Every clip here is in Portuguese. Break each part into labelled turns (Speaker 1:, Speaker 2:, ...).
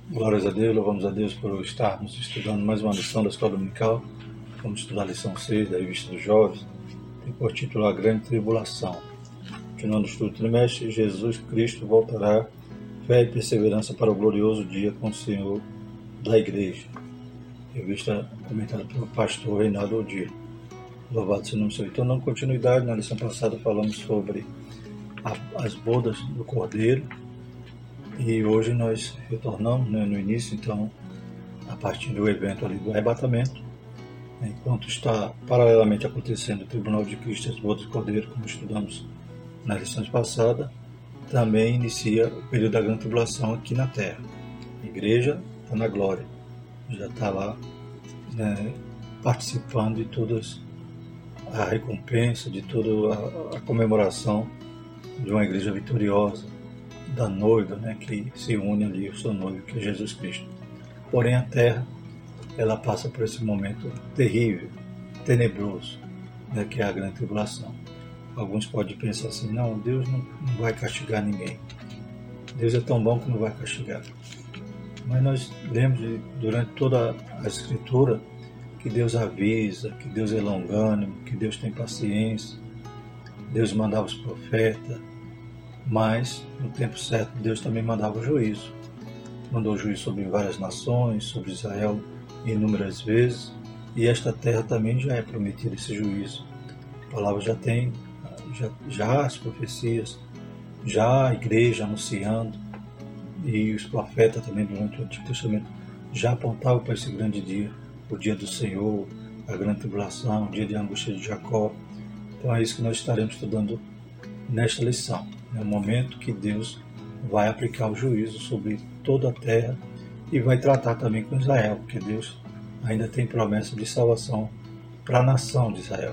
Speaker 1: Glórias a Deus, louvamos a Deus por estarmos estudando mais uma lição da Escola Dominical. Vamos estudar a lição 6 da Revista dos Jovens, tem por título A Grande Tribulação. Continuando o estudo do trimestre, Jesus Cristo voltará, fé e perseverança para o glorioso dia com o Senhor da Igreja. Revista comentada pelo pastor Reinaldo Odilo. Louvado seja o nome do Senhor. Então, dando continuidade, na lição passada falamos sobre as bodas do Cordeiro. E hoje nós retornamos no início, então, a partir do evento ali do arrebatamento, enquanto está paralelamente acontecendo o Tribunal de Cristo e as bodas do Cordeiro, como estudamos nas lições passadas, também inicia o período da grande tribulação aqui na Terra. A igreja está na glória, já está lá participando de toda a recompensa, de toda a comemoração de uma igreja vitoriosa, da noiva, que se une ali ao seu noivo, que é Jesus Cristo. Porém, a Terra, ela passa por esse momento terrível, tenebroso, que é a grande tribulação. Alguns podem pensar assim, não, Deus não vai castigar ninguém. Deus é tão bom que não vai castigar. Mas nós lemos durante toda a Escritura que Deus avisa, que Deus é longânimo, que Deus tem paciência, Deus mandava os profetas, mas no tempo certo Deus também mandava o juízo. Mandou o juízo sobre várias nações, sobre Israel inúmeras vezes, e esta terra também já é prometida esse juízo. A palavra já tem, já as profecias, já a igreja anunciando, e os profetas também durante o Antigo Testamento já apontavam para esse grande dia, o dia do Senhor, a grande tribulação, o dia de angústia de Jacó. Então é isso que nós estaremos estudando nesta lição. É o momento que Deus vai aplicar o juízo sobre toda a terra e vai tratar também com Israel, porque Deus ainda tem promessa de salvação para a nação de Israel.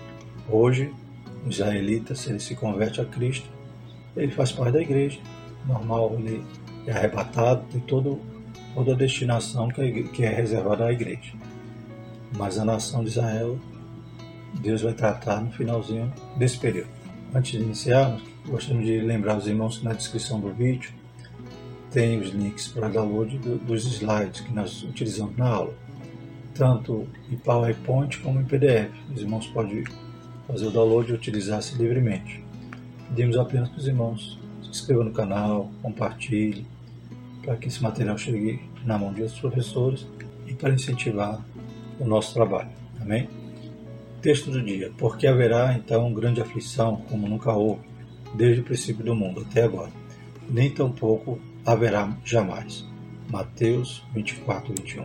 Speaker 1: Hoje, o israelita, se ele se converte a Cristo, ele faz parte da igreja. Normal, ele é arrebatado, tem toda a destinação que é reservada à igreja. Mas a nação de Israel, Deus vai tratar no finalzinho desse período. Antes de iniciarmos, gostaria de lembrar os irmãos que na descrição do vídeo tem os links para download dos slides que nós utilizamos na aula, tanto em PowerPoint como em PDF. Os irmãos podem fazer o download e utilizar-se livremente. Pedimos apenas que os irmãos se inscrevam no canal, compartilhem, para que esse material chegue na mão de outros professores e para incentivar o nosso trabalho. Amém? Texto do dia. Porque haverá então grande aflição, como nunca houve, desde o princípio do mundo até agora. Nem tampouco haverá jamais. Mateus 24, 21.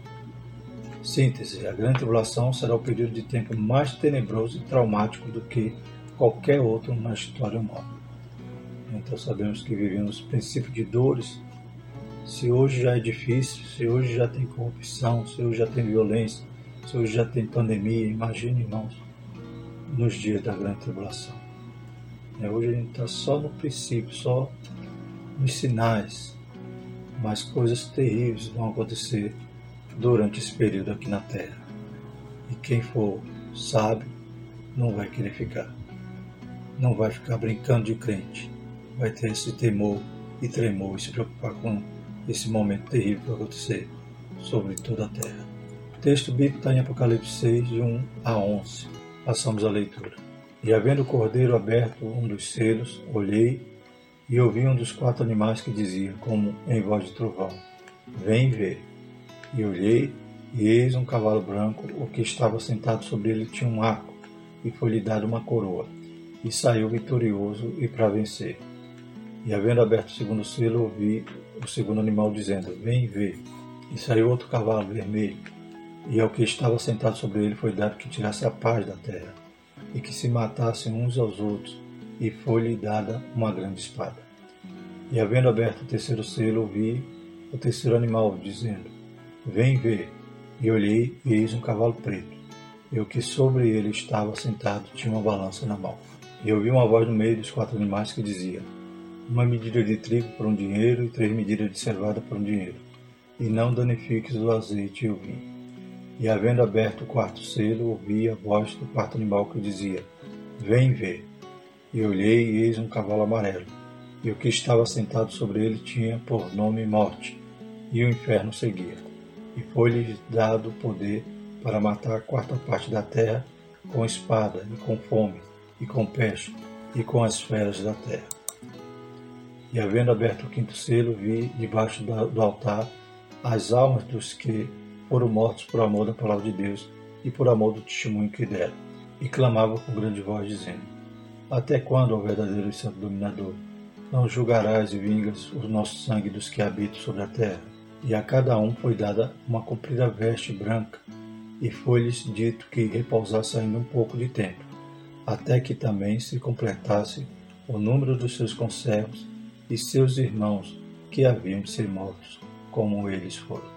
Speaker 1: Síntese. A grande tribulação será o período de tempo mais tenebroso e traumático do que qualquer outro na história humana. Então sabemos que vivemos princípio de dores. Se hoje já é difícil, se hoje já tem corrupção, se hoje já tem violência, se hoje já tem pandemia, imagine, irmãos, nos dias da grande tribulação. Hoje a gente está só no princípio, só nos sinais, mas coisas terríveis vão acontecer durante esse período aqui na Terra. E quem for sábio não vai querer ficar. Não vai ficar brincando de crente. Vai ter esse temor e tremor e se preocupar com esse momento terrível que vai acontecer sobre toda a Terra. O texto bíblico está em Apocalipse 6, de 1 a 11. Passamos a leitura. E havendo o cordeiro aberto um dos selos, olhei e ouvi um dos 4 animais que dizia, como em voz de trovão, vem ver. E olhei, e eis um cavalo branco, o que estava sentado sobre ele tinha um arco, e foi-lhe dada uma coroa, e saiu vitorioso e para vencer. E havendo aberto o segundo selo, ouvi o segundo animal dizendo, vem ver. E saiu outro cavalo vermelho, e ao que estava sentado sobre ele foi dado que tirasse a paz da terra, e que se matassem uns aos outros, e foi-lhe dada uma grande espada. E havendo aberto o terceiro selo, ouvi o terceiro animal, dizendo, vem ver. E olhei, e eis um cavalo preto, e o que sobre ele estava sentado tinha uma balança na mão. E ouvi uma voz no meio dos 4 animais que dizia, uma medida de trigo por 1 dinheiro, e 3 medidas de cevada por 1 dinheiro, e não danifiques o azeite e o vinho. E havendo aberto o 4º selo, ouvi a voz do 4º animal que dizia, vem ver. E olhei, e eis um cavalo amarelo, e o que estava sentado sobre ele tinha por nome Morte, e o inferno seguia. E foi-lhes dado poder para matar a quarta parte da terra com espada, e com fome, e com peste, e com as feras da terra. E havendo aberto o quinto selo, vi debaixo do altar as almas dos que foram mortos por amor da palavra de Deus e por amor do testemunho que deram. E clamavam com grande voz, dizendo: Até quando, ó verdadeiro e santo dominador, não julgarás e vingas o nosso sangue dos que habitam sobre a terra? E a cada um foi dada uma comprida veste branca, e foi-lhes dito que repousasse ainda um pouco de tempo, até que também se completasse o número dos seus conservos e seus irmãos que haviam de ser mortos, como eles foram.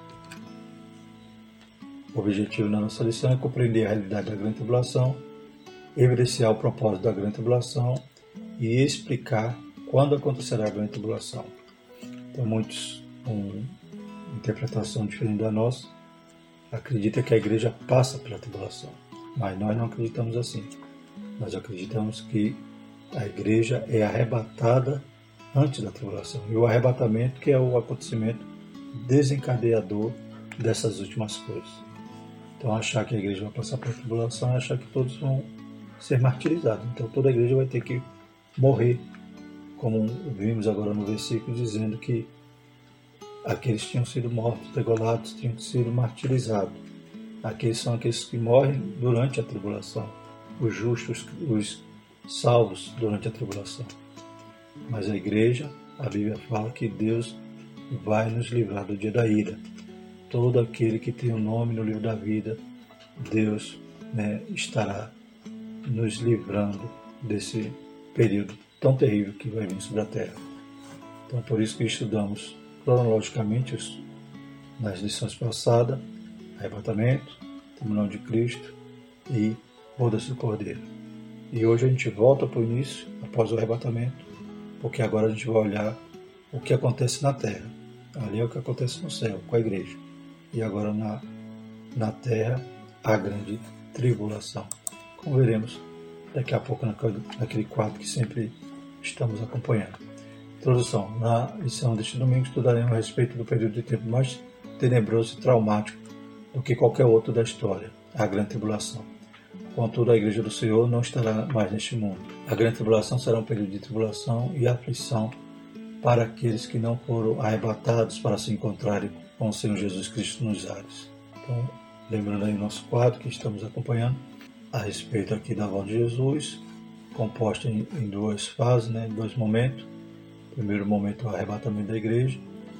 Speaker 1: O objetivo da nossa lição é compreender a realidade da grande tribulação, evidenciar o propósito da grande tribulação e explicar quando acontecerá a grande tribulação. Então, muitos, com interpretação diferente da nossa, acreditam que a igreja passa pela tribulação, mas nós não acreditamos assim. Nós acreditamos que a igreja é arrebatada antes da tribulação, e o arrebatamento que é o acontecimento desencadeador dessas últimas coisas. Então, achar que a igreja vai passar pela tribulação é achar que todos vão ser martirizados. Então, toda a igreja vai ter que morrer, como vimos agora no versículo, dizendo que aqueles que tinham sido mortos, degolados, tinham sido martirizados. Aqueles são aqueles que morrem durante a tribulação, os justos, os salvos durante a tribulação. Mas a igreja, a Bíblia fala que Deus vai nos livrar do dia da ira. Todo aquele que tem o nome no livro da vida, Deus estará nos livrando desse período tão terrível que vai vir sobre a terra. Então, por isso que estudamos cronologicamente nas lições passadas, arrebatamento, tribunal de Cristo e bodas do Cordeiro. E hoje a gente volta para o início, após o arrebatamento, porque agora a gente vai olhar o que acontece na terra. Ali é o que acontece no céu, com a igreja. E agora na terra, a grande tribulação. Como veremos daqui a pouco naquele quadro que sempre estamos acompanhando. Introdução. Na lição deste domingo estudaremos a respeito do período de tempo mais tenebroso e traumático do que qualquer outro da história, a grande tribulação. Contudo, a igreja do Senhor não estará mais neste mundo. A grande tribulação será um período de tribulação e aflição para aqueles que não foram arrebatados para se encontrarem com o Senhor Jesus Cristo nos ares. Então, lembrando aí o nosso quadro que estamos acompanhando a respeito aqui da volta de Jesus, composta em duas fases, em dois momentos. O primeiro momento é o arrebatamento da igreja.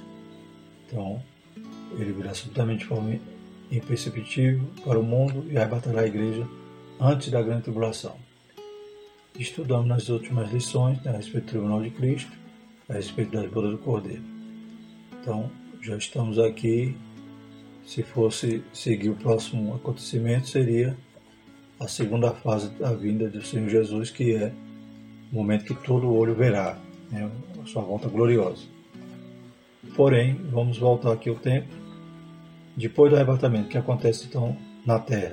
Speaker 1: Então, ele virá subitamente de forma imperceptível para o mundo e arrebatará a igreja antes da grande tribulação. Estudamos nas últimas lições a respeito do tribunal de Cristo, a respeito das bodas do Cordeiro. Então, já estamos aqui. Se fosse seguir o próximo acontecimento, seria a segunda fase da vinda do Senhor Jesus, que é o momento que todo olho verá, a sua volta gloriosa. Porém, vamos voltar aqui ao tempo. Depois do arrebatamento, que acontece então na Terra?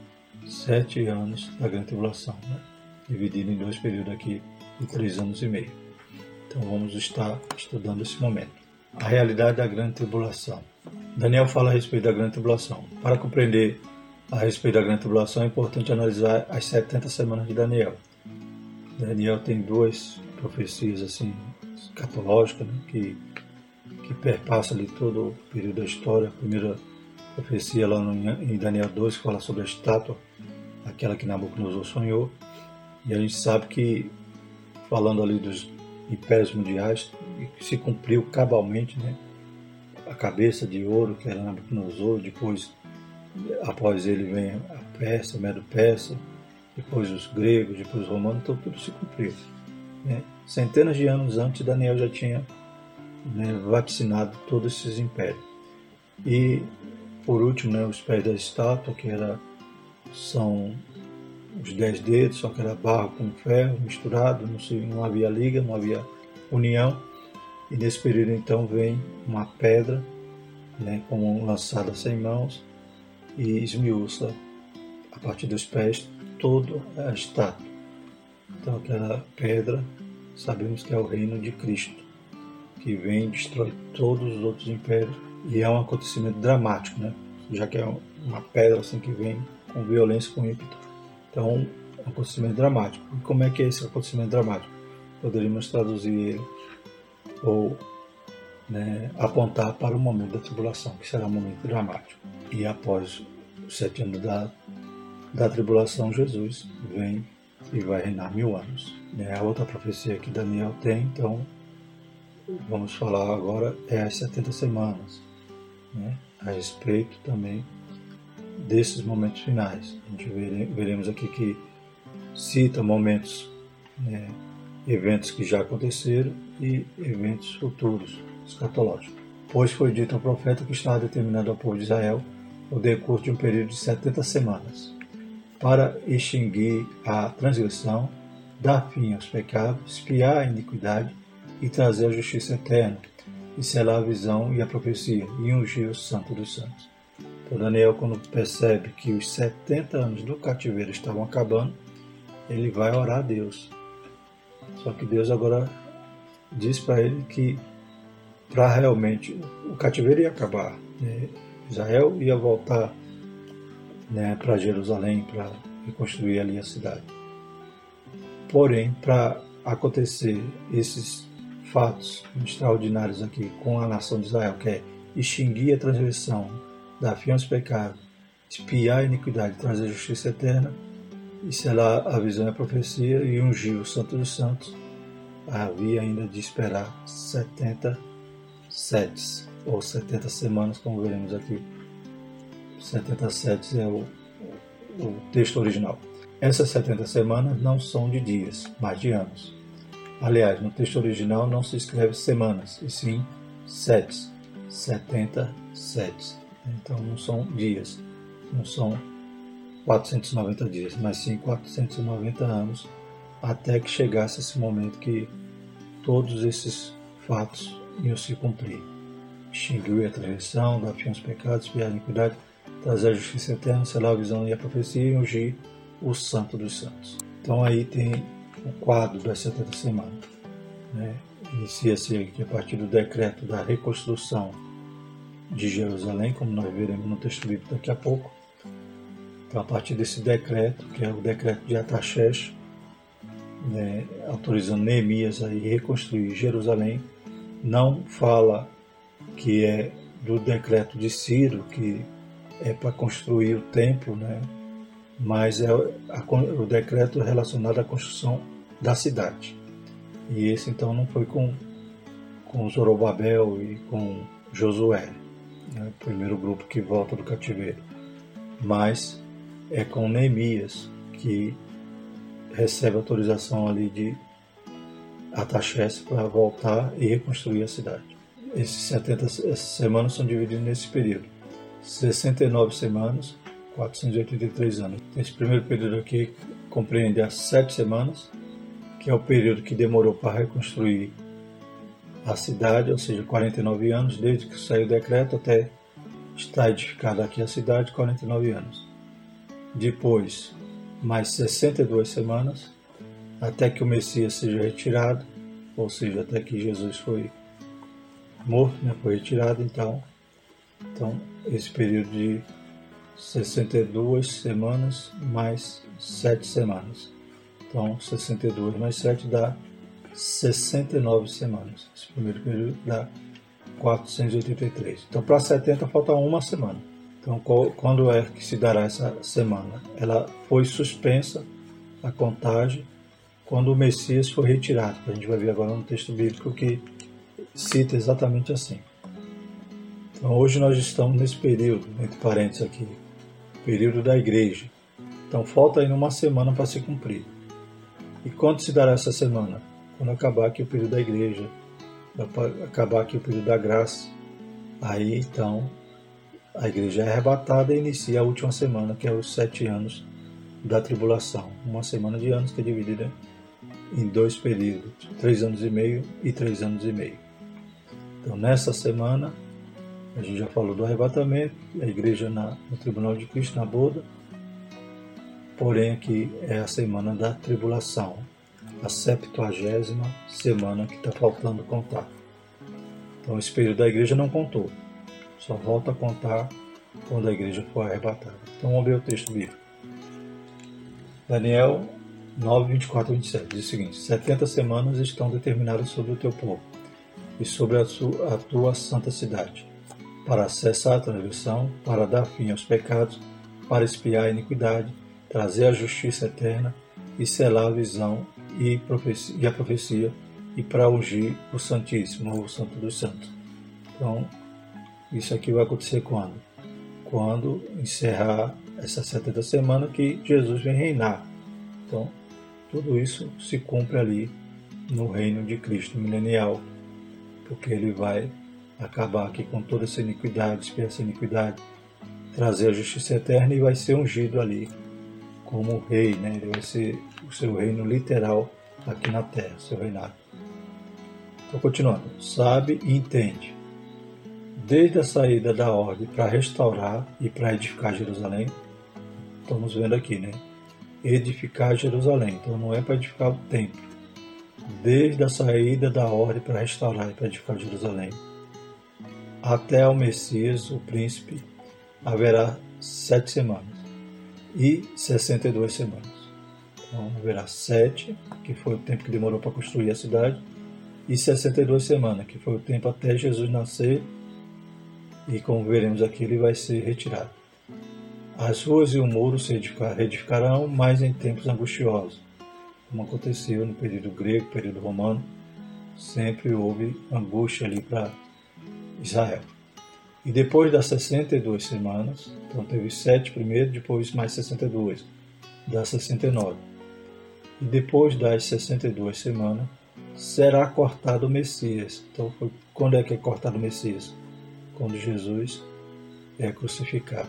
Speaker 1: 7 anos da grande tribulação, dividido em dois períodos aqui de 3 anos e meio. Então vamos estar estudando esse momento. A realidade da grande tribulação. Daniel fala a respeito da grande tribulação. Para compreender a respeito da grande tribulação é importante analisar as 70 semanas de Daniel. Daniel tem duas profecias assim escatológicas, que perpassa ali todo o período da história. A primeira profecia lá em Daniel 2 que fala sobre a estátua, aquela que Nabucodonosor sonhou. E a gente sabe que, falando ali dos impérios mundiais, se cumpriu cabalmente, a cabeça de ouro que era Nabucodonosor. Depois, após ele vem a Pérsia, a Medo-Persa, depois os gregos, depois os romanos, então tudo se cumpriu. Centenas de anos antes, Daniel já tinha vaticinado todos esses impérios. E, por último, os pés da estátua, que são os 10 dedos, só que era barro com ferro misturado, não havia liga, não havia união. E nesse período, então, vem uma pedra, como lançada sem mãos, e esmiuça, a partir dos pés, toda a estátua. Então, aquela pedra, sabemos que é o reino de Cristo, que vem e destrói todos os outros impérios E é um acontecimento dramático, né? Já que é uma pedra assim, que vem com violência, com ímpeto. Então, é um acontecimento dramático. E como é que é esse acontecimento dramático? Poderíamos traduzir ele ou, né, apontar para o momento da tribulação, que será um momento dramático. E após os 7 anos da tribulação, Jesus vem e vai reinar 1000 anos. A outra profecia que Daniel tem, então, vamos falar agora, é as 70 semanas, né, a respeito também desses momentos finais. A gente veremos aqui que cita momentos, né, eventos que já aconteceram e eventos futuros, escatológicos. Pois foi dito ao profeta que estava determinado ao povo de Israel o decurso de um período de 70 semanas, para extinguir a transgressão, dar fim aos pecados, expiar a iniquidade e trazer a justiça eterna, e selar a visão e a profecia, e ungir o Santo dos Santos. Então Daniel, quando percebe que os 70 anos do cativeiro estavam acabando, ele vai orar a Deus. Só que Deus agora diz para ele que para realmente o cativeiro ia acabar, né? Israel ia voltar, né, para Jerusalém para reconstruir ali a cidade. Porém, para acontecer esses fatos extraordinários aqui com a nação de Israel, que é extinguir a transgressão, dar fim aos pecados, expiar a iniquidade, trazer a justiça eterna, e selar a visão e a profecia e ungir o Santo dos Santos, havia ainda de esperar 70 setes, ou 70 semanas, como veremos aqui. 70 setes é o texto original. Essas 70 semanas não são de dias, mas de anos. Aliás, no texto original não se escreve semanas, e sim setes, 70 setes. Então não são dias, não são 490 dias, mas sim 490 anos, até que chegasse esse momento que todos esses fatos iam se cumprir. Extinguir a transgressão, dar fim aos pecados, expiar a iniquidade, trazer a justiça eterna, selar a visão e a profecia e ungir o Santo dos Santos. Então aí tem o quadro das 70 semanas, né? Inicia-se aqui a partir do decreto da reconstrução de Jerusalém, como nós veremos no texto bíblico daqui a pouco. Então, a partir desse decreto, que é o decreto de Artaxerxes, né, autorizando Neemias a reconstruir Jerusalém, não fala que é do decreto de Ciro, que é para construir o templo, né, mas é o decreto relacionado à construção da cidade. E esse então não foi com Zorobabel e com Josué, né, o primeiro grupo que volta do cativeiro, mas é com Neemias, que recebe autorização ali de Artaxerxes para voltar e reconstruir a cidade. Essas semanas são divididas nesse período. 69 semanas, 483 anos. Esse primeiro período aqui compreende as 7 semanas, que é o período que demorou para reconstruir a cidade, ou seja, 49 anos, desde que saiu o decreto até estar edificada aqui a cidade, 49 anos. Depois, mais 62 semanas, até que o Messias seja retirado, ou seja, até que Jesus foi morto, né, foi retirado. Então, esse período de 62 semanas mais 7 semanas. Então, 62 mais 7 dá 69 semanas. Esse primeiro período dá 483. Então, para 70 falta uma semana. Então, quando é que se dará essa semana? Ela foi suspensa, a contagem, quando o Messias foi retirado. A gente vai ver agora no texto bíblico que cita exatamente assim. Então, hoje nós estamos nesse período, entre parênteses aqui, período da igreja. Então, falta ainda uma semana para se cumprir. E quando se dará essa semana? Quando acabar aqui o período da igreja, acabar aqui o período da graça. Aí, então, a igreja é arrebatada e inicia a última semana, que é os 7 anos da tribulação. Uma semana de anos que é dividida em 2 períodos, 3 anos e meio e 3 anos e meio. Então, nessa semana, a gente já falou do arrebatamento, a igreja no tribunal de Cristo, na boda. Porém, aqui é a semana da tribulação, a 70ª semana que está faltando contar. Então, esse período da igreja não contou. Só volta a contar quando a igreja for arrebatada. Então vamos ver o texto bíblico. Daniel 9, 24 e 27 diz o seguinte: 70 semanas estão determinadas sobre o teu povo e sobre a tua santa cidade, para cessar a transgressão, para dar fim aos pecados, para expiar a iniquidade, trazer a justiça eterna e selar a visão e a profecia, e para ungir o Santíssimo, o Santo dos Santos. Então, isso aqui vai acontecer quando? Quando encerrar essa 70 semana que Jesus vem reinar. Então, tudo isso se cumpre ali no reino de Cristo milenial, porque ele vai acabar aqui com toda essa iniquidade, expiar essa iniquidade, trazer a justiça eterna e vai ser ungido ali como rei, né? Ele vai ser o seu reino literal aqui na terra, seu reinado. Então, continuando. Sabe e entende. Desde a saída da ordem para restaurar e para edificar Jerusalém, estamos vendo aqui, né? Edificar Jerusalém. Então não é para edificar o templo. Desde a saída da ordem para restaurar e para edificar Jerusalém, até ao Messias, o príncipe, haverá 7 semanas e 62 semanas. Então haverá 7, que foi o tempo que demorou para construir a cidade, e 62 semanas, que foi o tempo até Jesus nascer, e como veremos aqui, ele vai ser retirado. As ruas e o muro se reedificarão, mas em tempos angustiosos, como aconteceu no período grego, período romano, sempre houve angústia ali para Israel. E depois das 62 semanas, então teve 7 primeiro, depois mais 62, dá 69. E depois das 62 semanas, será cortado o Messias. Então, quando é que é cortado o Messias? Quando Jesus é crucificado.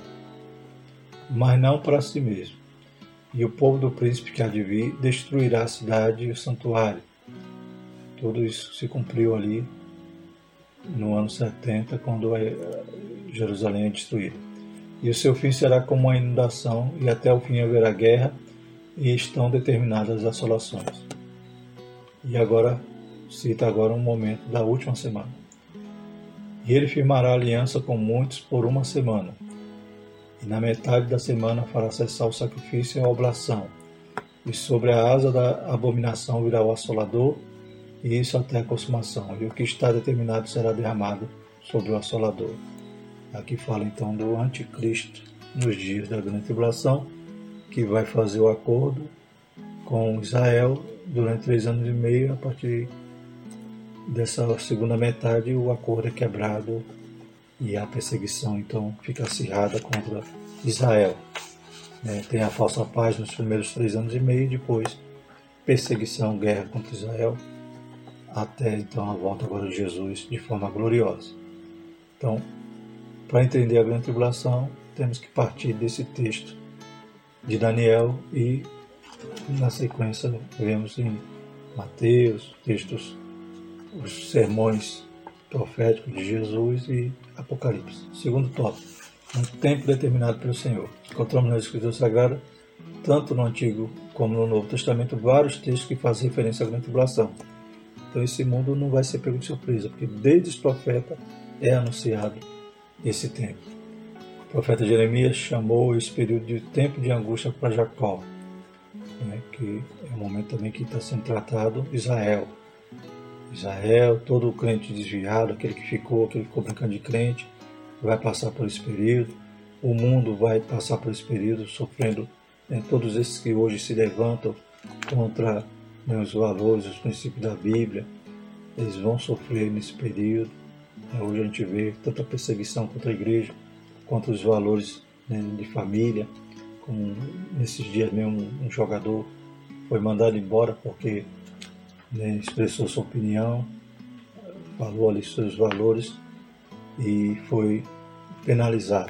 Speaker 1: Mas não para si mesmo. E o povo do príncipe que há de vir destruirá a cidade e o santuário. Tudo isso se cumpriu ali no ano 70, quando Jerusalém é destruída. E o seu fim será como uma inundação, e até o fim haverá guerra, e estão determinadas as assolações. E agora, cita agora um momento da última semana. E ele firmará aliança com muitos por 1 semana. E na metade da semana fará cessar o sacrifício e a oblação. E sobre a asa da abominação virá o assolador, e isso até a consumação. E o que está determinado será derramado sobre o assolador. Aqui fala então do anticristo nos dias da grande tribulação, que vai fazer o acordo com Israel durante 3 anos e meio. A partir dessa segunda metade, o acordo é quebrado e a perseguição então fica acirrada contra Israel. Tem a falsa paz nos primeiros 3 anos e meio, depois perseguição, guerra contra Israel, até então a volta agora de Jesus de forma gloriosa. Então, para entender a grande tribulação, temos que partir desse texto de Daniel e, na sequência, vemos em Mateus, os sermões proféticos de Jesus e Apocalipse. Segundo tópico, um tempo determinado pelo Senhor. Encontramos na Escritura Sagrada, tanto no Antigo como no Novo Testamento, vários textos que fazem referência à grande tribulação. Então esse mundo não vai ser pego de surpresa, porque desde os profetas é anunciado esse tempo. O profeta Jeremias chamou esse período de tempo de angústia para Jacó, que é um momento também que está sendo tratado Israel, todo o crente desviado, aquele que ficou brincando de crente, vai passar por esse período. O mundo vai passar por esse período, sofrendo todos esses que hoje se levantam contra os valores, os princípios da Bíblia. Eles vão sofrer nesse período. Hoje a gente vê tanta perseguição contra a igreja, contra os valores de família. Como nesses dias mesmo, um jogador foi mandado embora porque expressou sua opinião, falou ali seus valores e foi penalizado.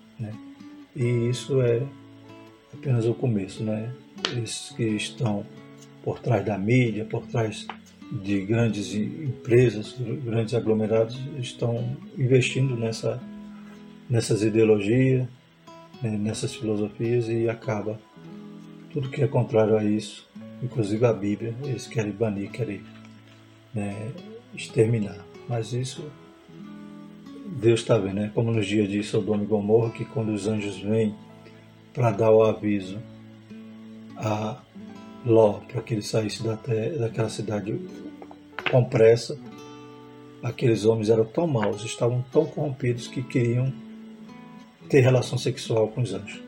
Speaker 1: E isso é apenas o começo. Esses que estão por trás da mídia, por trás de grandes empresas, grandes aglomerados, estão investindo nessas ideologias, nessas filosofias, e acaba tudo que é contrário a isso, inclusive a Bíblia, eles querem banir, querem exterminar. Mas isso Deus está vendo, né? Como nos dias de Sodoma e Gomorra, que quando os anjos vêm para dar o aviso a Ló, para que ele saísse daquela cidade com pressa, aqueles homens eram tão maus, estavam tão corrompidos que queriam ter relação sexual com os anjos.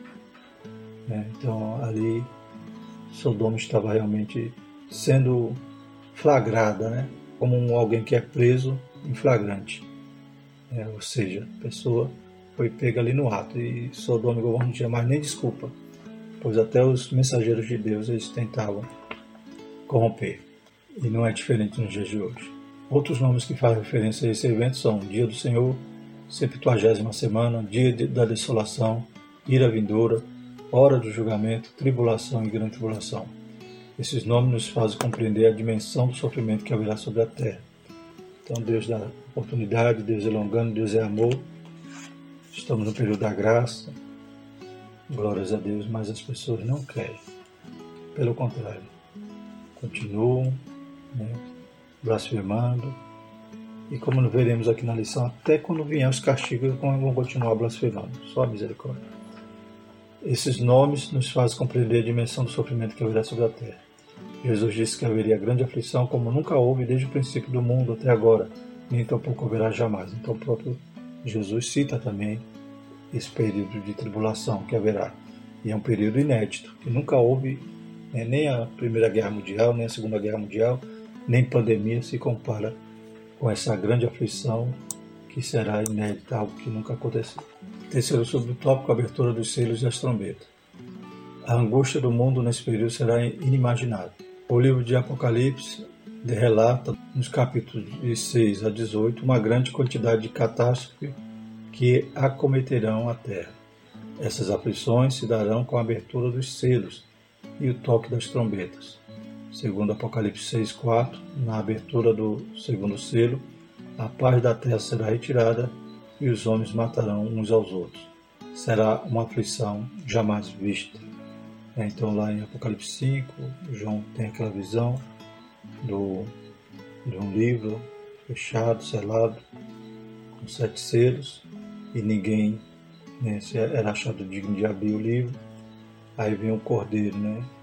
Speaker 1: Então ali Sodoma estava realmente sendo flagrada, né? Como alguém que é preso em flagrante. Ou seja, a pessoa foi pega ali no ato, e Sodoma e Gomorra não tinha mais nem desculpa, pois até os mensageiros de Deus eles tentavam corromper. E não é diferente nos dias de hoje. Outros nomes que fazem referência a esse evento são Dia do Senhor, 70ª semana, Dia da Desolação, Ira Vindoura, Hora do Julgamento, Tribulação e Grande Tribulação. Esses nomes nos fazem compreender a dimensão do sofrimento que haverá sobre a terra. Então Deus dá oportunidade, Deus é longano, Deus é amor. Estamos no período da graça, glórias a Deus, mas as pessoas não querem. Pelo contrário, continuam blasfemando. E como veremos aqui na lição, até quando vier os castigos, vão continuar blasfemando. Só a misericórdia. Esses nomes nos fazem compreender a dimensão do sofrimento que haverá sobre a terra. Jesus disse que haveria grande aflição, como nunca houve desde o princípio do mundo até agora, nem tampouco haverá jamais. Então o próprio Jesus cita também esse período de tribulação que haverá. E é um período inédito, que nunca houve, nem a Primeira Guerra Mundial, nem a Segunda Guerra Mundial, nem pandemia se compara com essa grande aflição que será inédita, algo que nunca aconteceu. Terceiro subtópico, a abertura dos selos e as trombetas. A angústia do mundo nesse período será inimaginável. O livro de Apocalipse relata, nos capítulos de 6 a 18, uma grande quantidade de catástrofes que acometerão a terra. Essas aflições se darão com a abertura dos selos e o toque das trombetas. Segundo Apocalipse 6,4, na abertura do segundo selo, a paz da terra será retirada e os homens matarão uns aos outros. Será uma aflição jamais vista. Então lá em Apocalipse 5, João tem aquela visão de um livro fechado, selado, com 7 selos, e ninguém era achado digno de abrir o livro. Aí vem o cordeiro,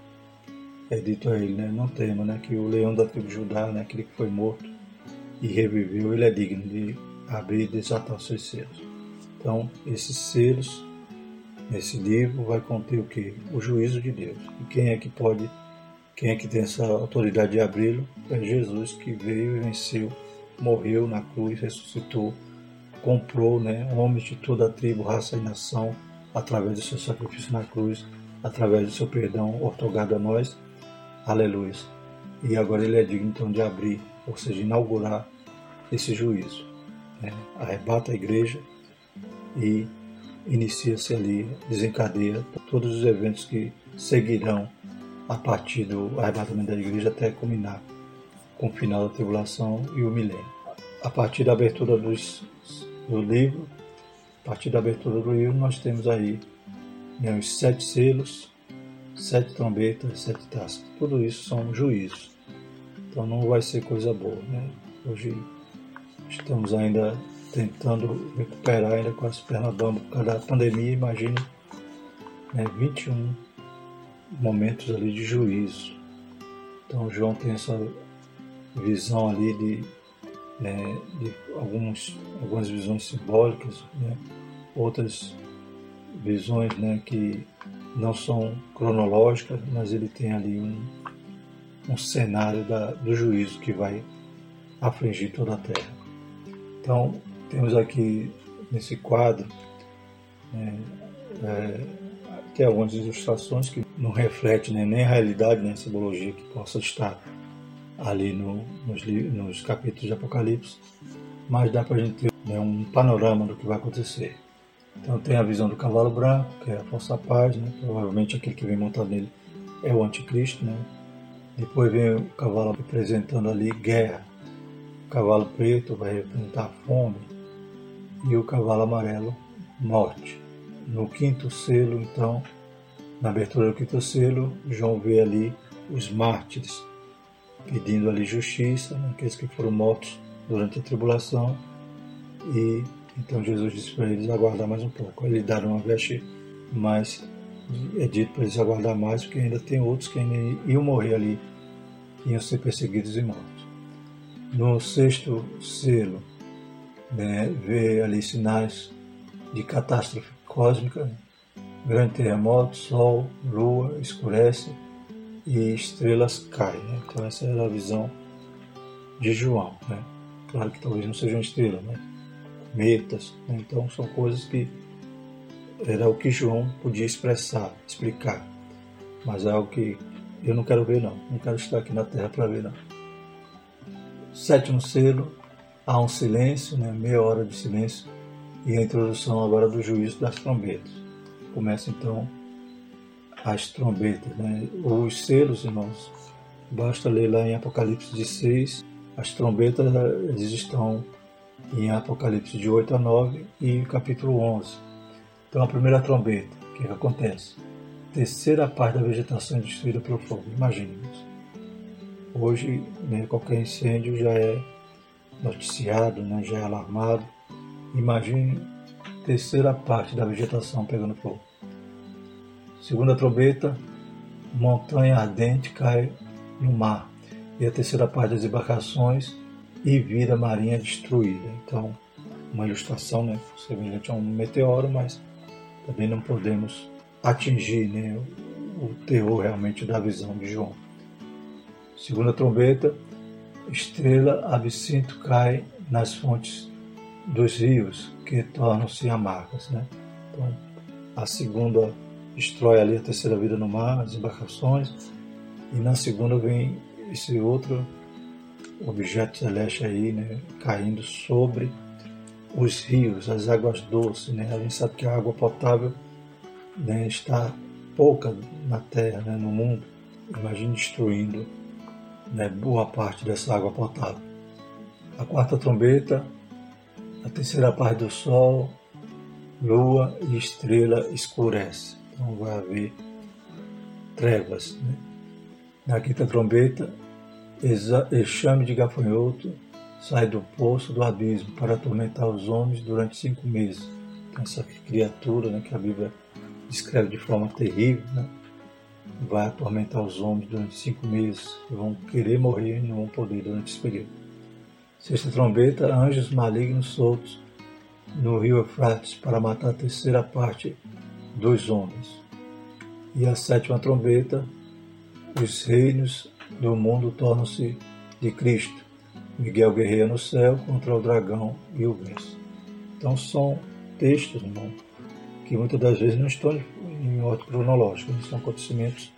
Speaker 1: é dito a ele, não tema, que o leão da tribo de Judá, aquele que foi morto e reviveu, ele é digno de abrir e desatar os seus selos. Então, esses selos, nesse livro, vai conter o quê? O juízo de Deus. E quem é que tem essa autoridade de abri-lo? É Jesus, que veio e venceu, morreu na cruz, ressuscitou, comprou homens de toda a tribo, raça e nação, através do seu sacrifício na cruz, através do seu perdão otorgado a nós. Aleluia. E agora ele é digno então de abrir, ou seja, inaugurar esse juízo. Arrebata a igreja e inicia-se ali, desencadeia todos os eventos que seguirão a partir do arrebatamento da igreja até culminar com o final da tribulação e o milênio. A partir da abertura do livro, nós temos aí os 7 selos, 7 trombetas, 7 taças. Tudo isso são juízos. Então não vai ser coisa boa. Hoje estamos ainda tentando recuperar ainda com as pernas bambas por causa da pandemia. Imagine 21 momentos ali de juízo. Então João tem essa visão ali de algumas visões simbólicas, outras visões que não são cronológicas, mas ele tem ali um cenário do juízo que vai afligir toda a terra. Então, temos aqui nesse quadro tem algumas ilustrações que não refletem nem a realidade, nem a simbologia que possa estar ali nos capítulos de Apocalipse, mas dá para a gente ter um panorama do que vai acontecer. Então tem a visão do cavalo branco, que é a falsa paz, provavelmente aquele que vem montado nele é o anticristo. Depois vem o cavalo representando ali guerra, o cavalo preto vai representar fome e o cavalo amarelo, morte. No quinto selo, então, na abertura do quinto selo, João vê ali os mártires pedindo ali justiça, aqueles que foram mortos durante a tribulação, e Então Jesus disse para eles aguardar mais um pouco. Aí lhe deram uma veste, mas é dito para eles aguardar mais, porque ainda tem outros que ainda iam morrer ali, iam ser perseguidos e mortos. No sexto selo, né, vê ali sinais de catástrofe cósmica, grande terremoto, sol, lua escurece e estrelas caem. Né? Então essa era a visão de João. Né? Claro que talvez não sejam estrelas, mas metas. Né? Então são coisas que era o que João podia expressar, explicar. Mas é algo que eu não quero ver, não. Não quero estar aqui na Terra para ver, não. Sétimo selo, há um silêncio, né? Meia hora de silêncio, e a introdução agora do juízo das trombetas. Começa então as trombetas, né? Os selos, irmãos, basta ler lá em Apocalipse de 6, as trombetas eles estão em Apocalipse de 8 a 9 e capítulo 11. Então a primeira trombeta, o que acontece? Terceira parte da vegetação é destruída pelo fogo. Imagine-nos. Hoje, né, qualquer incêndio já é noticiado, né, já é alarmado. Imagine terceira parte da vegetação pegando fogo. Segunda trombeta, montanha ardente cai no mar. E a terceira parte das embarcações e vida marinha destruída. Então, uma ilustração, né, semelhante a um meteoro, mas também não podemos atingir, né, o terror realmente da visão de João. Segunda trombeta, estrela absinto cai nas fontes dos rios, que tornam-se amargas. Né? Então, a segunda destrói ali a terceira vida no mar, as embarcações, e na segunda vem esse outro objeto celeste aí, né, caindo sobre os rios, as águas doces. Né? A gente sabe que a água potável, né, está pouca na Terra, né, no mundo. Imagine destruindo, né, boa parte dessa água potável. A quarta trombeta, a terceira parte do sol, lua e estrela escurece. Então vai haver trevas. Né? Na quinta trombeta, enxame de gafanhoto sai do poço do abismo para atormentar os homens durante 5 meses. Então, essa criatura, né, que a Bíblia descreve de forma terrível, né, vai atormentar os homens durante 5 meses, que vão querer morrer e não vão poder durante esse período. Sexta trombeta, anjos malignos soltos no rio Eufrates para matar a terceira parte dos homens. E a sétima trombeta, os reinos do mundo tornam-se de Cristo. Miguel guerreia no céu contra o dragão e o vence. Então são textos, irmão, que muitas das vezes não estão em ordem cronológica, são acontecimentos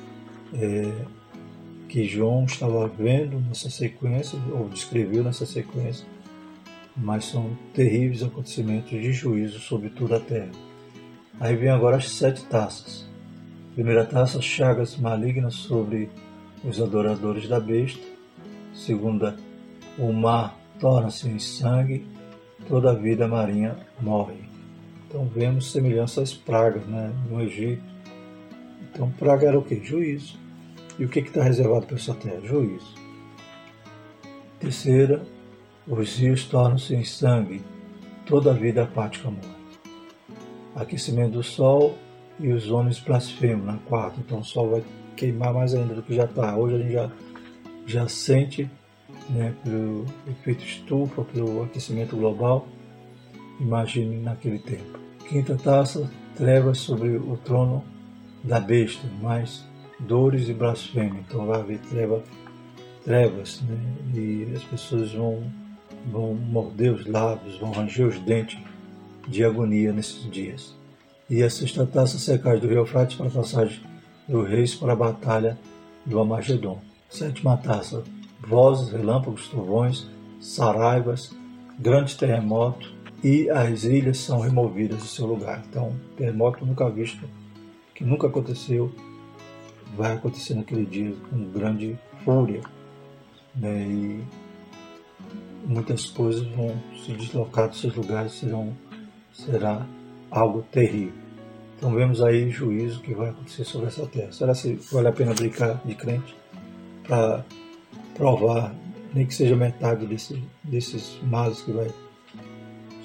Speaker 1: que João estava vendo nessa sequência, ou descreveu nessa sequência, mas são terríveis acontecimentos de juízo sobre toda a terra. Aí vem agora as 7 taças. Primeira taça, chagas malignas sobre os adoradores da besta. Segunda, o mar torna-se em sangue, toda a vida marinha morre. Então vemos semelhanças às pragas, né, no Egito. Então praga era o quê? Juízo. E o que está reservado para essa terra? Juízo. Terceira, os rios tornam-se em sangue, toda a vida apática morre. Aquecimento do sol e os homens blasfemam na quarta. Então o sol vai queimar mais ainda do que já está. Hoje a gente já sente, né, pelo efeito estufa, pelo aquecimento global. Imagine naquele tempo. Quinta taça, trevas sobre o trono da besta, mais dores e blasfêmia. Então vai haver trevas, né? E as pessoas vão morder os lábios, vão ranger os dentes de agonia nesses dias. E a sexta taça, secagem do rio Eufrates para a passagem dos reis para a batalha do Amagedon. Sétima taça, vozes, relâmpagos, trovões, saraivas, grande terremoto, e as ilhas são removidas do seu lugar. Então, terremoto nunca visto, que nunca aconteceu, vai acontecer naquele dia com grande fúria, né? E muitas coisas vão se deslocar dos seus lugares, será algo terrível. Então vemos aí juízo que vai acontecer sobre essa terra. Será que vale a pena brincar de crente para provar, nem que seja metade desses males que vai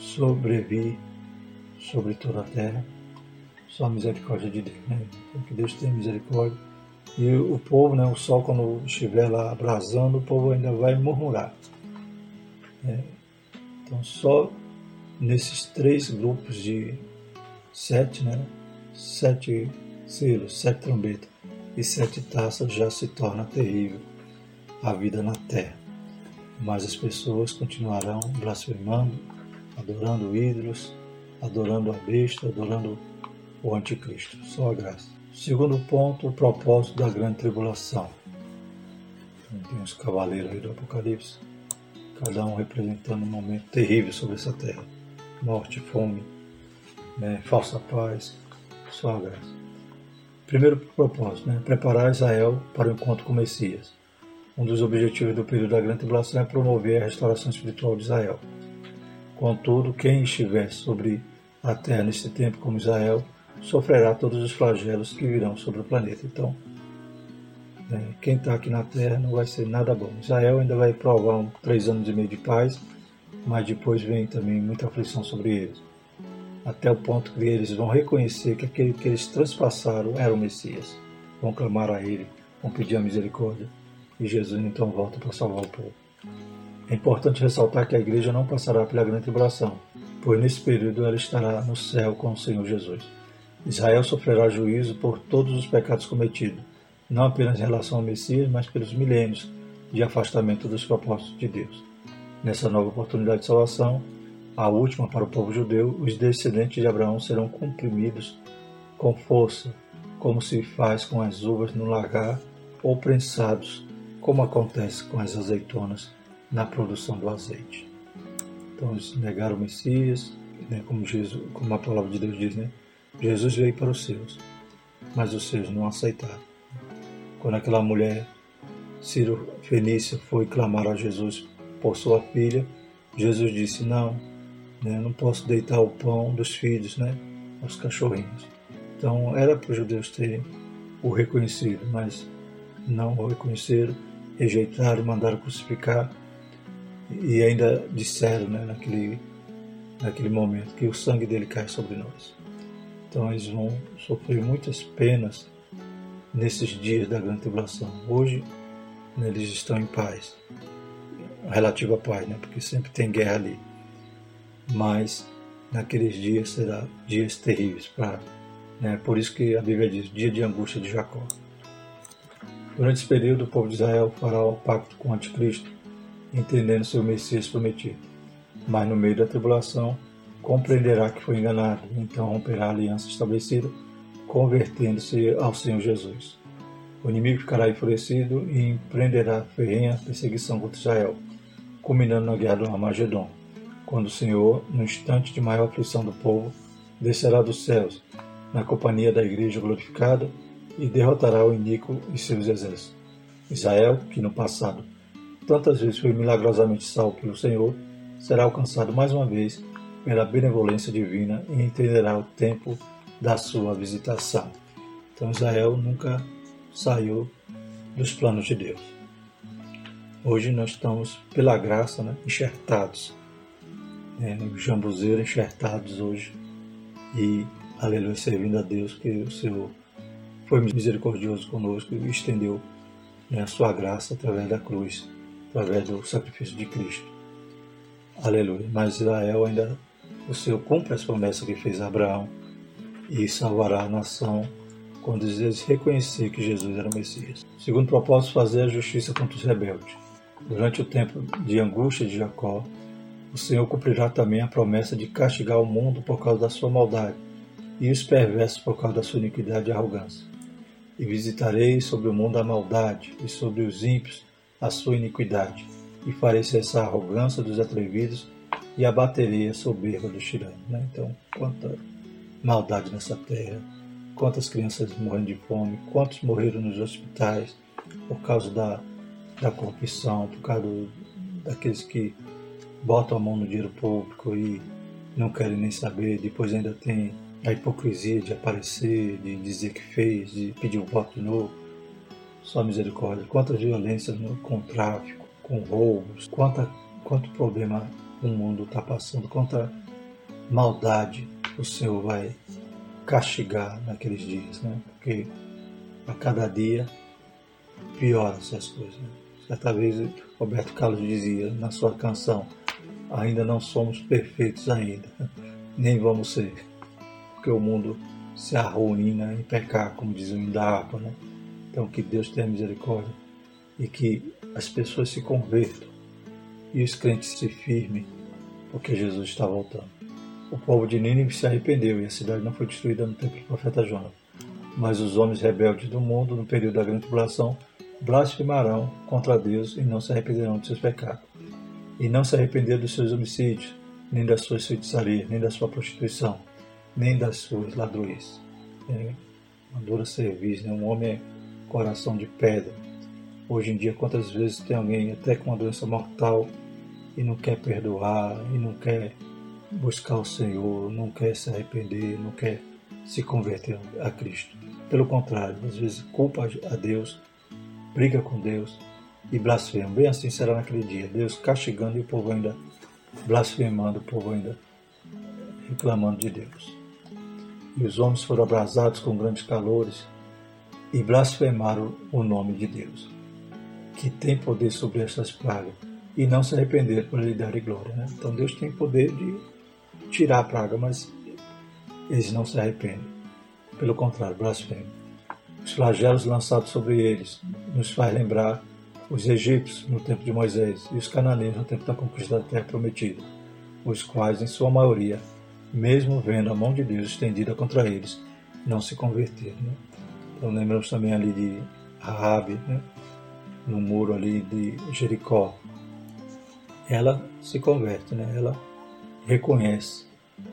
Speaker 1: sobrevir sobre toda a terra. Só a misericórdia de Deus, né? Então, que Deus tenha misericórdia. E o povo, né, o sol quando estiver lá abrasando, o povo ainda vai murmurar. Então só nesses 3 grupos de 7, né, 7 selos, 7 trombetas e 7 taças já se torna terrível a vida na terra. Mas as pessoas continuarão blasfemando, adorando ídolos, adorando a besta, adorando o anticristo. Só a graça. Segundo ponto, o propósito da grande tribulação. Então, tem os cavaleiros aí do Apocalipse, cada um representando um momento terrível sobre essa terra. Morte, fome, né, falsa paz, só a graça. Primeiro propósito, né, preparar Israel para o encontro com o Messias. Um dos objetivos do período da grande tribulação é promover a restauração espiritual de Israel. Contudo, quem estiver sobre a terra nesse tempo como Israel, sofrerá todos os flagelos que virão sobre o planeta. Então, quem está aqui na terra não vai ser nada bom. Israel ainda vai provar 3 anos e meio de paz, mas depois vem também muita aflição sobre eles. Até o ponto que eles vão reconhecer que aquele que eles transpassaram era o Messias. Vão clamar a ele, vão pedir a misericórdia. E Jesus então volta para salvar o povo. É importante ressaltar que a igreja não passará pela grande tribulação, pois nesse período ela estará no céu com o Senhor Jesus. Israel sofrerá juízo por todos os pecados cometidos, não apenas em relação ao Messias, mas pelos milênios de afastamento dos propósitos de Deus. Nessa nova oportunidade de salvação, a última para o povo judeu, os descendentes de Abraão serão comprimidos com força, como se faz com as uvas no lagar, ou prensados, como acontece com as azeitonas na produção do azeite. Então eles negaram o Messias, né, como a palavra de Deus diz, né? Jesus veio para os seus, mas os seus não aceitaram. Quando aquela mulher Ciro-fenícia foi clamar a Jesus por sua filha, Jesus disse, não, né, não posso deitar o pão dos filhos, né, aos cachorrinhos. Então era para os judeus terem o reconhecido, mas não o reconheceram, rejeitaram, mandaram crucificar e ainda disseram, né, naquele momento que o sangue dele cai sobre nós. Então eles vão sofrer muitas penas nesses dias da grande tribulação. Hoje, né, eles estão em paz, relativa paz, né, porque sempre tem guerra ali. Mas naqueles dias serão dias terríveis. Por isso que a Bíblia diz, dia de angústia de Jacó. Durante esse período, o povo de Israel fará o pacto com o anticristo, entendendo seu Messias prometido. Mas no meio da tribulação, compreenderá que foi enganado, então romperá a aliança estabelecida, convertendo-se ao Senhor Jesus. O inimigo ficará enfurecido e empreenderá ferrenha perseguição contra Israel, culminando na guerra do Armagedon, quando o Senhor, no instante de maior aflição do povo, descerá dos céus, na companhia da igreja glorificada, e derrotará o iníquo e seus exércitos. Israel, que no passado tantas vezes foi milagrosamente salvo pelo Senhor, será alcançado mais uma vez pela benevolência divina e entenderá o tempo da sua visitação. Então Israel nunca saiu dos planos de Deus. Hoje nós estamos, pela graça, enxertados, no jambuzeiro, enxertados hoje, e aleluia, servindo a Deus, que o Senhor foi misericordioso conosco e estendeu a sua graça através da cruz, através do sacrifício de Cristo. Aleluia. Mas Israel ainda, o Senhor cumpre as promessas que fez a Abraão e salvará a nação quando eles reconhecer que Jesus era o Messias. Segundo propósito, fazer a justiça contra os rebeldes. Durante o tempo de angústia de Jacó, o Senhor cumprirá também a promessa de castigar o mundo por causa da sua maldade e os perversos por causa da sua iniquidade e arrogância. E visitarei sobre o mundo a maldade e sobre os ímpios a sua iniquidade, e farei cessar a arrogância dos atrevidos e abaterei a soberba dos tiranos. Então, quanta maldade nessa terra, quantas crianças morrendo de fome, quantos morreram nos hospitais por causa da corrupção, por causa daqueles que botam a mão no dinheiro público e não querem nem saber, depois ainda tem a hipocrisia de aparecer, de dizer que fez, de pedir o voto de novo. Só misericórdia. Quanta violência com tráfico, com roubos, quanto problema o mundo está passando, quanta maldade o Senhor vai castigar naqueles dias, né? Porque a cada dia piora-se as coisas, né? Certa vez Roberto Carlos dizia na sua canção: ainda não somos perfeitos ainda, nem vamos ser, porque o mundo se arruína em pecar, como diz o hino da harpa, né? Então que Deus tenha misericórdia e que as pessoas se convertam e os crentes se firmem, porque Jesus está voltando. O povo de Nínive se arrependeu e a cidade não foi destruída no tempo do profeta Jonas. Mas os homens rebeldes do mundo, no período da grande tribulação, blasfemarão contra Deus e não se arrependerão de seus pecados. E não se arrependeram dos seus homicídios, nem das suas feitiçarias, nem da sua prostituição, nem das suas ladroices. É uma dura serviço, né? Um homem é coração de pedra. Hoje em dia, quantas vezes tem alguém até com uma doença mortal e não quer perdoar, e não quer buscar o Senhor, não quer se arrepender, não quer se converter a Cristo. Pelo contrário, às vezes culpa a Deus, briga com Deus e blasfema. Bem assim será naquele dia, Deus castigando e o povo ainda blasfemando, o povo ainda reclamando de Deus. E os homens foram abrasados com grandes calores e blasfemaram o nome de Deus, que tem poder sobre estas pragas, e não se arrependeram por lhe dar glória, né? Então Deus tem poder de tirar a praga, mas eles não se arrependem. Pelo contrário, blasfemam. Os flagelos lançados sobre eles nos faz lembrar os egípcios no tempo de Moisés e os cananeus no tempo da conquista da terra prometida, os quais, em sua maioria, mesmo vendo a mão de Deus estendida contra eles, não se converteram, né? Então lembramos também ali de Raabe, né? No muro ali de Jericó. Ela se converte, né? Ela reconhece,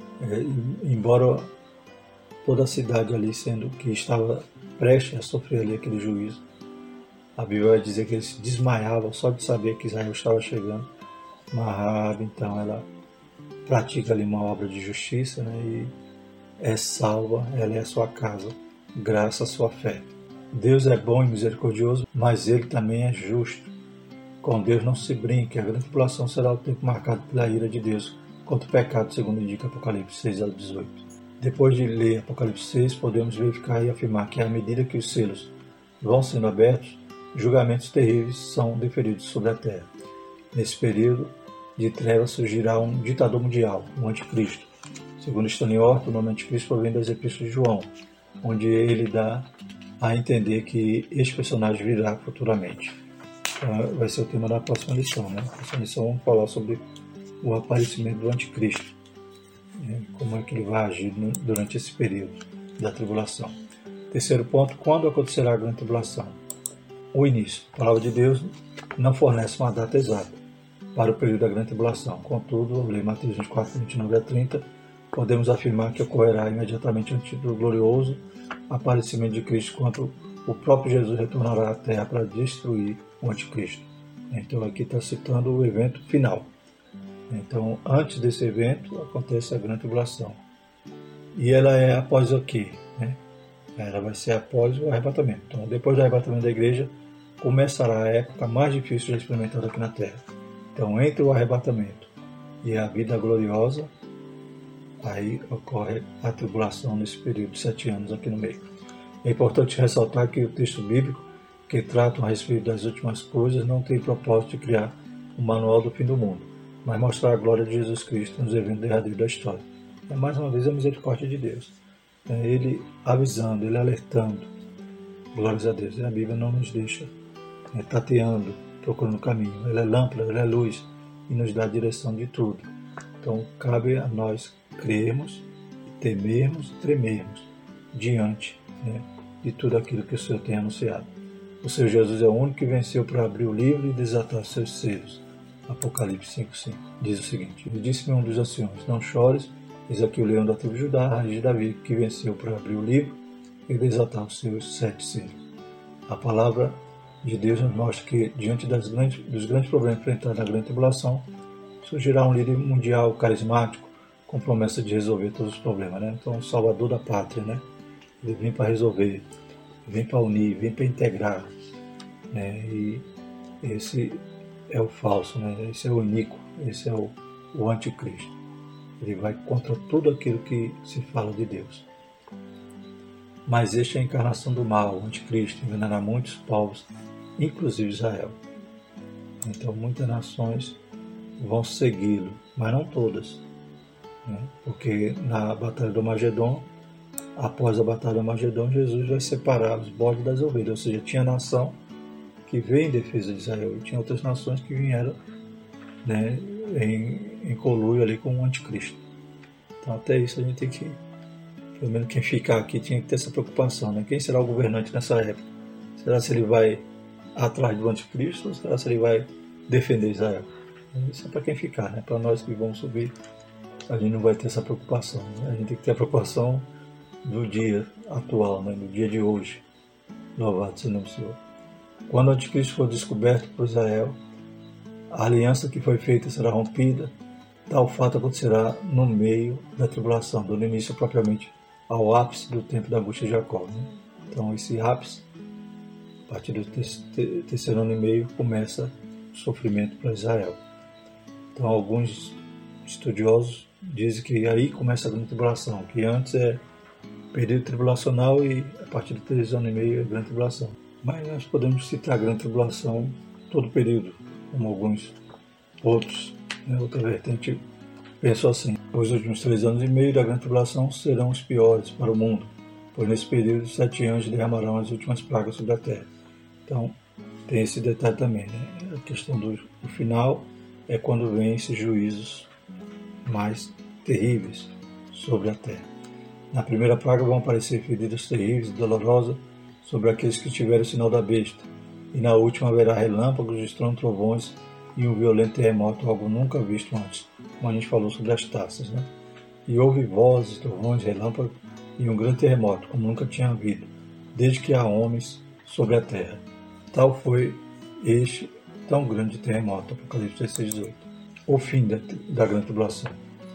Speaker 1: embora toda a cidade ali sendo que estava prestes a sofrer ali aquele juízo, a Bíblia vai dizer que eles se desmaiavam só de saber que Israel estava chegando. Mas Raabe, então, ela pratica ali uma obra de justiça, né? E é salva, ela é a sua casa, graças à sua fé. Deus é bom e misericordioso, mas Ele também é justo. Com Deus não se brinque, a grande tribulação será o tempo marcado pela ira de Deus contra o pecado, segundo indica Apocalipse 6 a 18. Depois de ler Apocalipse 6, podemos verificar e afirmar que à medida que os selos vão sendo abertos, julgamentos terríveis são deferidos sobre a terra. Nesse período de trevas surgirá um ditador mundial, o Anticristo. Segundo Stanley Orton, o nome Anticristo provém das Epístolas de João, onde ele dá a entender que este personagem virá futuramente. Então, vai ser o tema da próxima lição, né? Na próxima lição vamos falar sobre o aparecimento do Anticristo, né? Como é que ele vai agir durante esse período da tribulação. Terceiro ponto, quando acontecerá a grande tribulação? O início. A palavra de Deus não fornece uma data exata para o período da grande tribulação. Contudo, ao ler Mateus 24, 29 a 30, podemos afirmar que ocorrerá imediatamente antes do glorioso aparecimento de Cristo, quando o próprio Jesus retornará à Terra para destruir o Anticristo. Então aqui está citando o evento final. Então, antes desse evento, acontece a grande tribulação. E ela é após o quê? Ela vai ser após o arrebatamento. Então, depois do arrebatamento da igreja, começará a época mais difícil de experimentar aqui na Terra. Então, entre o arrebatamento e a vida gloriosa, aí ocorre a tribulação nesse período de 7 anos aqui no meio. É importante ressaltar que o texto bíblico, que trata a respeito das últimas coisas, não tem propósito de criar um manual do fim do mundo, mas mostrar a glória de Jesus Cristo nos eventos derradeiros da história. É mais uma vez a misericórdia de Deus. É Ele avisando, Ele alertando. Glórias a Deus. E a Bíblia não nos deixa tateando, procurando o caminho. Ela é lâmpada, ela é luz e nos dá a direção de tudo. Então cabe a nós crermos, temermos, tremermos diante, de tudo aquilo que o Senhor tem anunciado. O Senhor Jesus é o único que venceu para abrir o livro e desatar seus selos. Apocalipse 5,5 diz o seguinte: e disse-me um dos anciões: não chores, eis aqui o leão da tribo de Judá, a raiz de Davi, que venceu para abrir o livro e desatar os seus 7 selos. A palavra de Deus nos mostra que, diante dos grandes problemas enfrentados na grande tribulação, surgirá um líder mundial carismático com promessa de resolver todos os problemas, Então, o salvador da pátria, Ele vem para resolver, vem para unir, vem para integrar, E esse é o falso, Esse é o iníquo, esse é o anticristo. Ele vai contra tudo aquilo que se fala de Deus. Mas este é a encarnação do mal, o anticristo, enganará muitos povos, inclusive Israel. Então muitas nações vão segui-lo, mas não todas. Porque na Batalha do Magedon, após a Batalha do Magedon, Jesus vai separar os bodes das ovelhas. Ou seja, tinha nação que veio em defesa de Israel e tinha outras nações que vieram, né, em conluio ali com o anticristo. Então até isso a gente tem que, pelo menos quem ficar aqui tinha que ter essa preocupação, né? Quem será o governante nessa época? Será se ele vai atrás do anticristo ou será se ele vai defender Israel? Isso é para quem ficar, né? Para nós que vamos subir, a gente não vai ter essa preocupação, né? A gente tem que ter a preocupação do dia atual, né? Do dia de hoje. Louvado seja o nome do Senhor. Quando o anticristo for descoberto por Israel, a aliança que foi feita será rompida. Tal fato acontecerá no meio da tribulação, dando início propriamente ao ápice do tempo da angústia de Jacó. Né? Então esse ápice, a partir do terceiro ano e meio, começa o sofrimento para Israel. Então alguns estudiosos dizem que aí começa a grande tribulação, que antes é período tribulacional e a partir do terceiro ano e meio é grande tribulação. Mas nós podemos citar a grande tribulação todo o período, como alguns outros, né, outra vertente pensou assim: os últimos 3 anos e meio da grande tribulação serão os piores para o mundo, pois nesse período 7 anjos derramarão as últimas pragas sobre a terra. Então tem esse detalhe também, né? A questão do final é quando vem esses juízos mais terríveis sobre a terra. Na primeira praga vão aparecer feridas terríveis e dolorosas sobre aqueles que tiverem o sinal da besta, e na última haverá relâmpagos, estrondo, trovões e um violento terremoto, algo nunca visto antes, como a gente falou sobre as taças, né? E houve vozes, trovões, relâmpagos e um grande terremoto, como nunca tinha havido, desde que há homens sobre a terra. Tal foi este tão grande terremoto, Apocalipse 16:18. O fim da grande tribulação.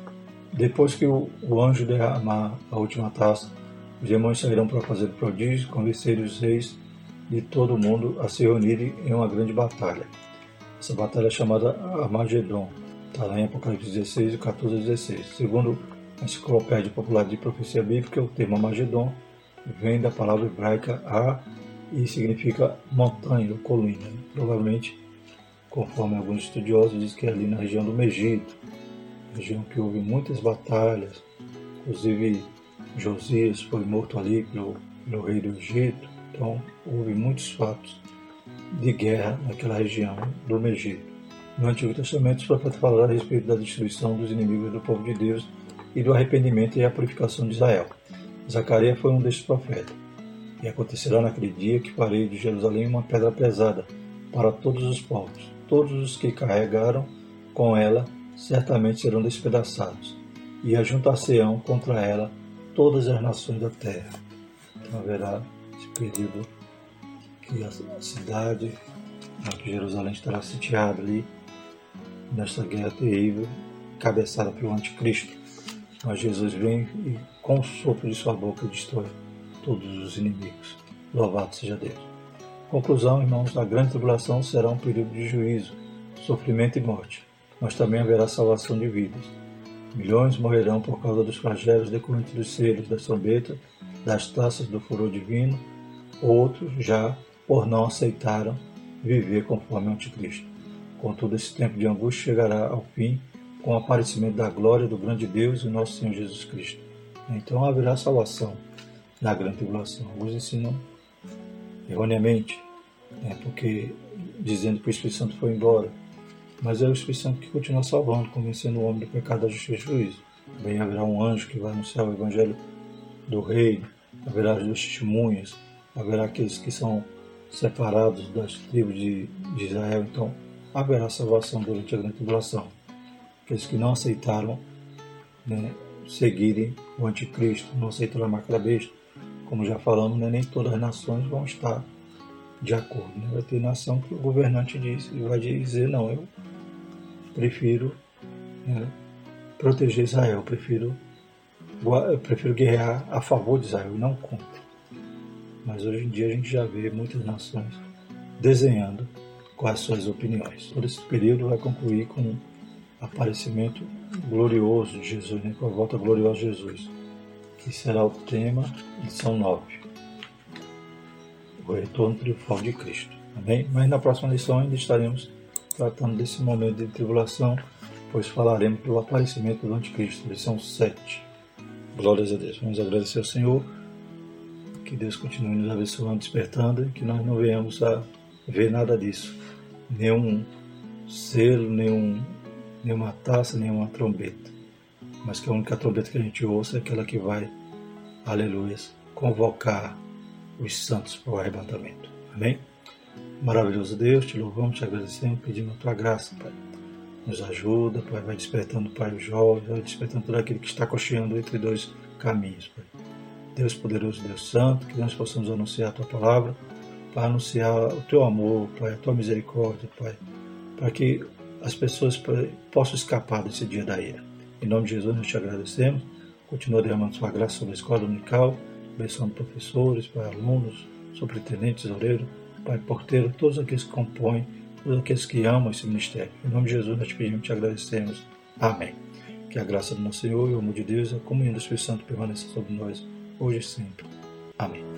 Speaker 1: Depois que o anjo derramar a última taça, os demônios sairão para fazer prodígios, convencer os reis de todo o mundo a se reunirem em uma grande batalha. Essa batalha é chamada Armagedon. Está lá em Apocalipse 16, 14 a 16. Segundo a Enciclopédia Popular de Profecia Bíblica, o termo Armagedon vem da palavra hebraica Ar e significa montanha ou colina. Provavelmente, conforme alguns estudiosos, diz que é ali na região do Egito, região que houve muitas batalhas, inclusive Josias foi morto ali pelo rei do Egito. Então houve muitos fatos de guerra naquela região do Egito. No Antigo Testamento, os profetas falaram a respeito da destruição dos inimigos do povo de Deus e do arrependimento e a purificação de Israel. Zacarias foi um destes profetas. E acontecerá naquele dia que farei de Jerusalém uma pedra pesada para todos os povos. Todos os que carregaram com ela certamente serão despedaçados, e ajuntar-se-ão contra ela todas as nações da terra. Então haverá esse período que a cidade, que Jerusalém estará sitiada ali, nessa guerra terrível, cabeçada pelo anticristo. Mas Jesus vem e com o sopro de sua boca destrói todos os inimigos. Louvado seja Deus. Conclusão, irmãos, a grande tribulação será um período de juízo, sofrimento e morte, mas também haverá salvação de vidas. Milhões morrerão por causa dos flagelos decorrentes dos selos, das trombetas, das taças do furor divino. Outros já, por não aceitaram viver conforme o anticristo. Contudo, esse tempo de angústia chegará ao fim com o aparecimento da glória do grande Deus e nosso Senhor Jesus Cristo. Então haverá salvação na grande tribulação. Alguns ensinam erroneamente, porque dizendo que o Espírito Santo foi embora. Mas é o Espírito Santo que continua salvando, convencendo o homem do pecado, da justiça e do juízo. Também haverá um anjo que vai anunciar o evangelho do reino, haverá as duas testemunhas, haverá aqueles que são separados das tribos de Israel. Então haverá salvação durante a grande tribulação. Aqueles que não aceitaram, seguirem o anticristo, não aceitaram a marca da besta, como já falamos, nem todas as nações vão estar de acordo. Vai ter nação que o governante diz e vai dizer: não, eu prefiro proteger Israel, eu prefiro guerrear a favor de Israel e não contra. Mas hoje em dia a gente já vê muitas nações desenhando quais suas opiniões. Todo esse período vai concluir com aparecimento glorioso de Jesus, né? Com a volta gloriosa de Jesus, que será o tema, lição 9, o retorno triunfal de Cristo. Amém? Mas na próxima lição ainda estaremos tratando desse momento de tribulação, pois falaremos do aparecimento do Anticristo, lição 7. Glórias a Deus. Vamos agradecer ao Senhor, que Deus continue nos abençoando, despertando, e que nós não venhamos a ver nada disso, nenhum selo, nenhuma taça, nenhuma trombeta, mas que a única trombeta que a gente ouça é aquela que vai, aleluia, convocar os santos para o arrebatamento. Amém? Maravilhoso Deus, te louvamos, te agradecemos, pedimos a tua graça, Pai. Nos ajuda, Pai, vai despertando, Pai, os jovens, vai despertando todo aquele que está cocheando entre dois caminhos, Pai. Deus poderoso, Deus santo, que nós possamos anunciar a tua palavra, para anunciar o teu amor, Pai, a tua misericórdia, Pai, para que as pessoas possam escapar desse dia da ira. Em nome de Jesus, nós te agradecemos. Continua derramando sua graça sobre a escola dominical, abençoando professores, Pai, alunos, superintendentes, tesoureiros, Pai, porteiro, todos aqueles que compõem, todos aqueles que amam esse ministério. Em nome de Jesus, nós te pedimos e te agradecemos. Amém. Que a graça do nosso Senhor e o amor de Deus e a comunhão do Espírito Santo permaneça sobre nós, hoje e sempre. Amém.